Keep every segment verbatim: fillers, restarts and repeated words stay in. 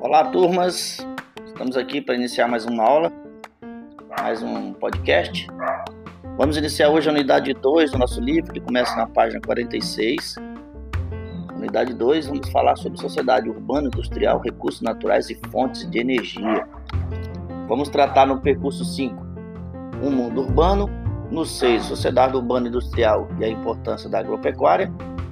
Olá, turmas! Estamos aqui para iniciar mais uma aula, mais um podcast. Vamos iniciar hoje a unidade dois do nosso livro, que começa na página quarenta e seis. Unidade dois, vamos falar sobre sociedade urbana, industrial, recursos naturais e fontes de energia. Vamos tratar no percurso cinco, um mundo urbano. No seis, sociedade urbana industrial e a importância da agropecuária.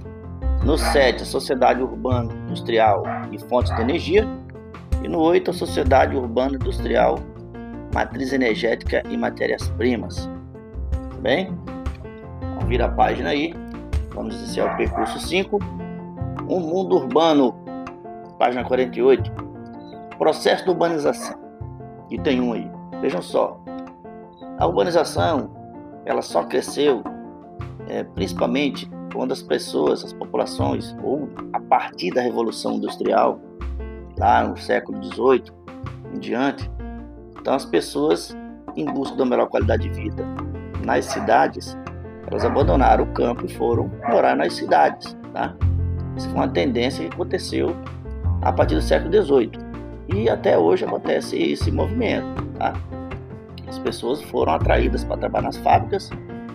No sete, sociedade urbana industrial e fontes de energia. E no oito, a sociedade urbana industrial, matriz energética e matérias-primas. Tudo bem? Então, vira a página aí. Vamos iniciar o percurso cinco. Um mundo urbano, página quarenta e oito. Processo de urbanização. E tem um aí. Vejam só. A urbanização, ela só cresceu é, principalmente quando as pessoas, as populações, ou a partir da Revolução Industrial, lá no século dezoito em diante. Então as pessoas, em busca da melhor qualidade de vida nas cidades, elas abandonaram o campo e foram morar nas cidades, tá? Isso foi uma tendência que aconteceu a partir do século dezoito e até hoje acontece esse movimento, tá? As pessoas foram atraídas para trabalhar nas fábricas,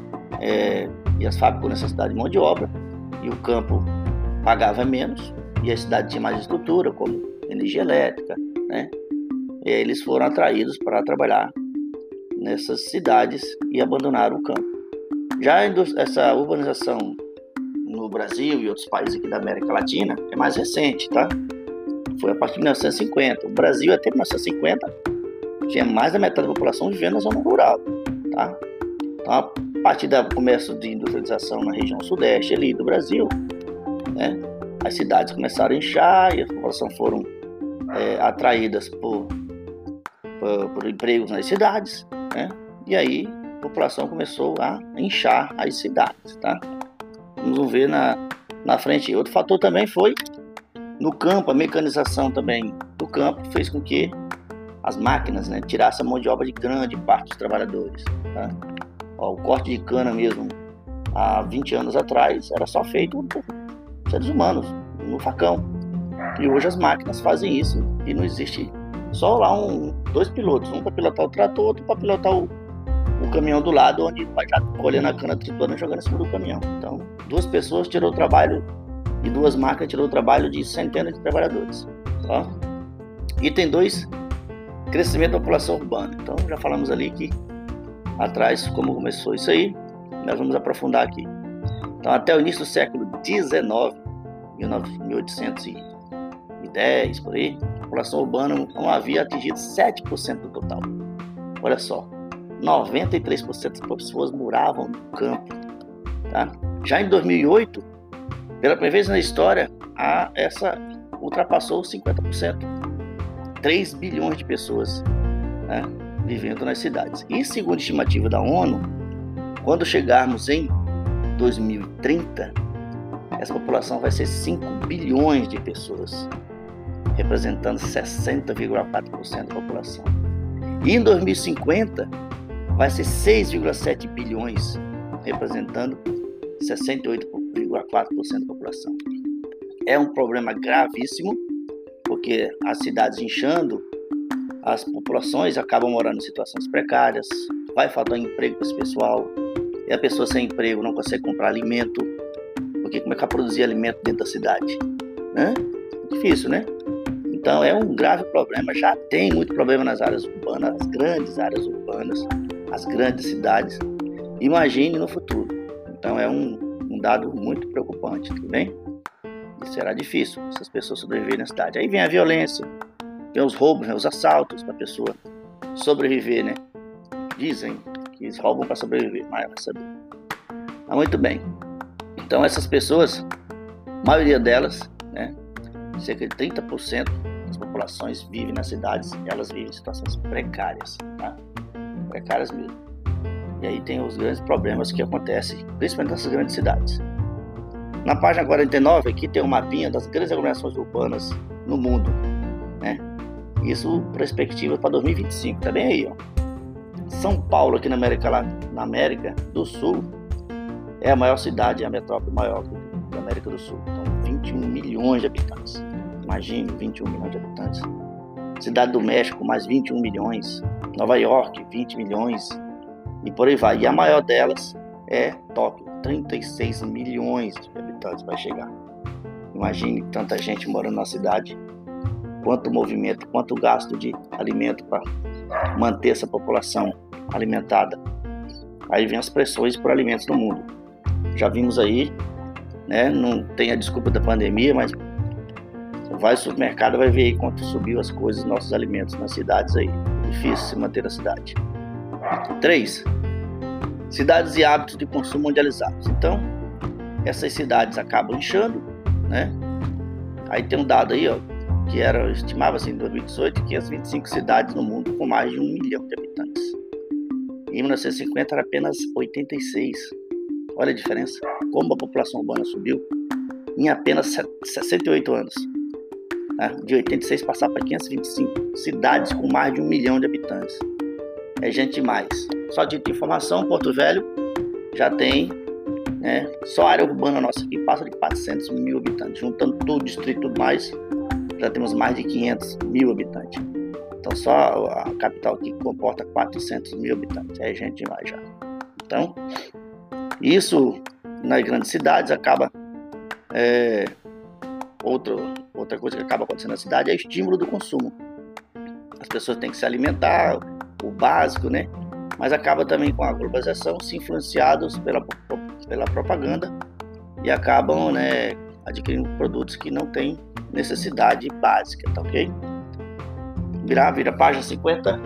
é, e as fábricas com necessidade de mão de obra, e o campo pagava menos e a cidade tinha mais estrutura, como energia elétrica, né? E aí eles foram atraídos para trabalhar nessas cidades e abandonaram o campo. Já essa urbanização no Brasil e outros países aqui da América Latina é mais recente, tá? Foi a partir de mil novecentos e cinquenta. O Brasil até mil novecentos e cinquenta tinha mais da metade da população vivendo na zona rural, tá? Então, a partir do começo de industrialização na região sudeste ali do Brasil, né, as cidades começaram a inchar e a população foram é, atraídas por, por, por empregos nas cidades, né? E aí a população começou a inchar as cidades, tá? Vamos ver na, na frente. Outro fator também foi no campo, a mecanização também do campo fez com que as máquinas, né, tirassem a mão de obra de grande parte dos trabalhadores, tá? Ó, o corte de cana mesmo, há vinte anos atrás, era só feito por seres humanos, no facão. E hoje as máquinas fazem isso e não existe só lá um, dois pilotos, um para pilotar o trator, outro para pilotar o, o caminhão do lado, onde vai já colhendo a cana, triturando e jogando em cima do caminhão. Então, duas pessoas tirou o trabalho e duas máquinas tirou o trabalho de centenas de trabalhadores. Ó. Item dois, crescimento da população urbana. Então, já falamos ali que atrás como começou isso aí, nós vamos aprofundar aqui. Então, até o início do século dezenove, mil oitocentos e dez, por aí, a população urbana não havia atingido sete por cento do total. Olha só, noventa e três por cento das pessoas moravam no campo, tá? Já em dois mil e oito, pela primeira vez na história, a, essa ultrapassou os cinquenta por cento. três bilhões de pessoas, né, vivendo nas cidades. E segundo a estimativa da ONU, quando chegarmos em dois mil e trinta, essa população vai ser cinco bilhões de pessoas, representando sessenta vírgula quatro por cento da população. E em dois mil e cinquenta, vai ser seis vírgula sete bilhões, representando sessenta e oito vírgula quatro por cento da população. É um problema gravíssimo, porque as cidades inchando, as populações acabam morando em situações precárias, vai faltar emprego para esse pessoal, e a pessoa sem emprego não consegue comprar alimento, porque como é que vai produzir alimento dentro da cidade? Né? É difícil, né? Então é um grave problema, já tem muito problema nas áreas urbanas, as grandes áreas urbanas, as grandes cidades. Imagine no futuro. Então é um, um dado muito preocupante, tudo bem? E será difícil essas pessoas sobreviverem na cidade. Aí vem a violência, vem os roubos, né, os assaltos para a pessoa sobreviver, né? Dizem que eles roubam para sobreviver, mas vai saber. Mas muito bem. Então essas pessoas, a maioria delas, né, cerca de trinta por cento das populações vivem nas cidades, e elas vivem em situações precárias, tá? Precárias mesmo. E aí tem os grandes problemas que acontecem, principalmente nessas grandes cidades. Na página quarenta e nove, aqui tem um mapinha das grandes aglomerações urbanas no mundo, né? Isso perspectiva para dois mil e vinte e cinco, tá bem aí, ó. São Paulo, aqui na América, na América do Sul, é a maior cidade, é a metrópole maior da América do Sul. Então, vinte e um milhões de habitantes. Imagine, vinte e um milhões de habitantes. Cidade do México, mais vinte e um milhões. Nova York, vinte milhões. E por aí vai. E a maior delas é Tóquio, trinta e seis milhões de habitantes vai chegar. Imagine tanta gente morando na cidade. Quanto movimento, quanto gasto de alimento para manter essa população alimentada. Aí vem as pressões por alimentos no mundo. Já vimos aí, né? Não tem a desculpa da pandemia, mas você vai ao supermercado, vai ver aí quanto subiu as coisas, nossos alimentos nas cidades aí. Difícil se manter na cidade. Três, cidades e hábitos de consumo mundializados. Então, essas cidades acabam inchando, né? Aí tem um dado aí, ó, que era, estimava-se em dois mil e dezoito, que as vinte e cinco cidades no mundo com mais de um milhão de habitantes. Em mil novecentos e cinquenta era apenas oitenta e seis. Olha a diferença, como a população urbana subiu em apenas sessenta e oito anos. Né? De oitenta e seis passar para quinhentas e vinte e cinco cidades com mais de um milhão de habitantes. É gente demais. Só de informação, Porto Velho já tem, né, só a área urbana nossa aqui passa de quatrocentos mil habitantes. Juntando tudo o distrito e tudo mais, já temos mais de quinhentos mil habitantes. Então só a capital aqui comporta quatrocentos mil habitantes. É gente demais já. Então, isso nas grandes cidades acaba... É, outro, outra coisa que acaba acontecendo na cidade é o estímulo do consumo. As pessoas têm que se alimentar, o básico, né? Mas acaba também com a globalização se influenciados pela, pela propaganda e acabam, né, adquirindo produtos que não têm necessidade básica, tá ok? Vira, vira página cinquenta.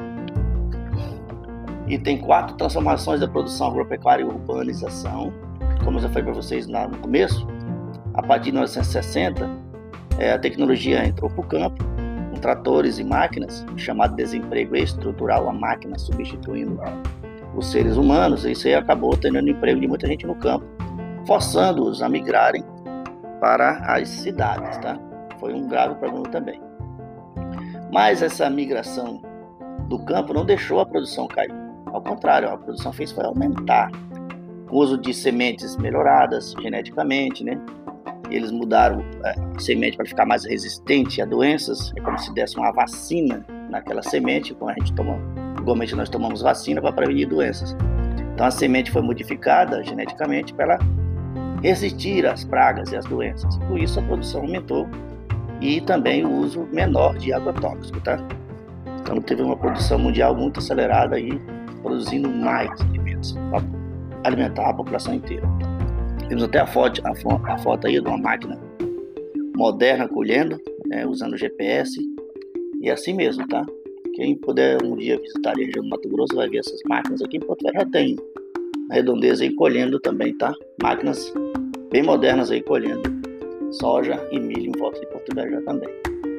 E tem quatro transformações da produção agropecuária e urbanização. Como eu já falei para vocês lá no começo, a partir de mil novecentos e sessenta, é, a tecnologia entrou para o campo, com tratores e máquinas, chamado desemprego estrutural, a máquina substituindo os seres humanos. Isso aí acabou tendo emprego de muita gente no campo, forçando-os a migrarem para as cidades, tá? Foi um grave problema também. Mas essa migração do campo não deixou a produção cair. Ao contrário, a produção fez foi aumentar. O uso de sementes melhoradas geneticamente, né? Eles mudaram a semente para ficar mais resistente a doenças. É como se desse uma vacina naquela semente, como a gente toma, igualmente nós tomamos vacina para prevenir doenças. Então a semente foi modificada geneticamente para ela resistir às pragas e às doenças. Por isso a produção aumentou e também o uso menor de agrotóxico, tá? Então teve uma produção mundial muito acelerada aí, produzindo mais alimentos para alimentar a população inteira. Temos até a foto, a, foto, a foto aí de uma máquina moderna colhendo, né, usando G P S, e assim mesmo, tá? Quem puder um dia visitar a região do Mato Grosso vai ver essas máquinas aqui. Em Porto Velho já tem a redondeza aí colhendo também, tá? Máquinas bem modernas aí colhendo soja e milho em volta de Porto Velho já também.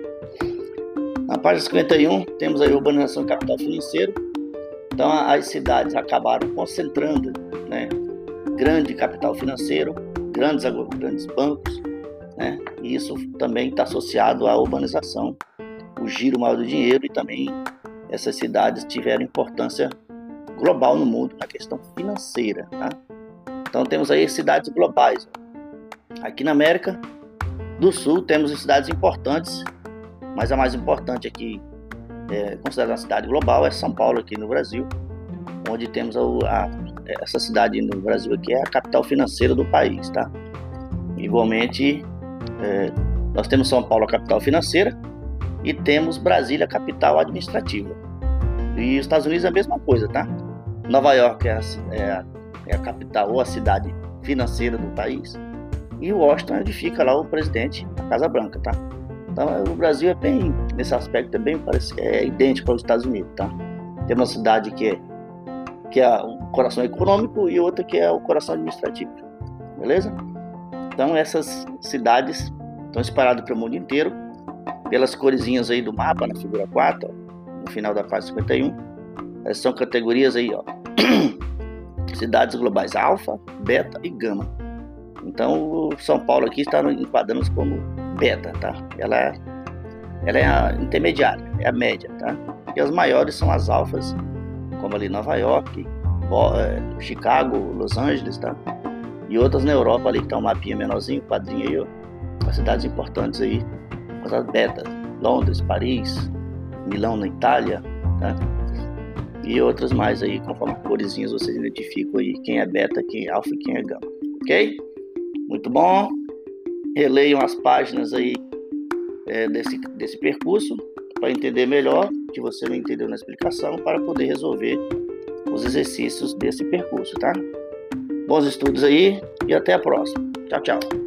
Na página cinquenta e um temos aí a urbanização e capital financeiro. Então as cidades acabaram concentrando, né, grande capital financeiro, grandes, grandes bancos, né? E isso também está associado à urbanização, o giro maior do dinheiro, e também essas cidades tiveram importância global no mundo na questão financeira, tá? Então temos aí cidades globais. Aqui na América do Sul temos cidades importantes, mas a mais importante aqui, é, considerada uma cidade global, é São Paulo aqui no Brasil, onde temos a, a, essa cidade no Brasil aqui é a capital financeira do país, tá? Igualmente, é, nós temos São Paulo a capital financeira e temos Brasília a capital administrativa. E os Estados Unidos é a mesma coisa, tá? Nova York é a, é a, é a capital ou a cidade financeira do país, e Washington é onde fica lá o presidente, a Casa Branca, tá? Então o Brasil é bem, nesse aspecto, é bem parece, é idêntico aos Estados Unidos, tá? Tem uma cidade que é, que é o coração econômico e outra que é o coração administrativo, beleza? Então essas cidades estão espalhadas pelo mundo inteiro, pelas coresinhas aí do mapa, na figura quatro, ó, no final da página cinquenta e um, essas são categorias aí, ó, cidades globais, alfa, beta e gama. Então o São Paulo aqui está enquadrando como beta, tá? Ela é, ela é a intermediária, é a média, tá? E as maiores são as alfas, como ali Nova York, Chicago, Los Angeles, tá? E outras na Europa ali que tá um mapinha menorzinho, quadrinho aí, ó, as cidades importantes aí, as betas, Londres, Paris, Milão, na Itália, tá? E outras mais aí, conforme coresinhas vocês identificam aí quem é beta, quem é alfa e quem é gama, ok? Muito bom. Releiam as páginas aí é, desse, desse percurso para entender melhor o que você não entendeu na explicação, para poder resolver os exercícios desse percurso, tá? Bons estudos aí e até a próxima. Tchau, tchau.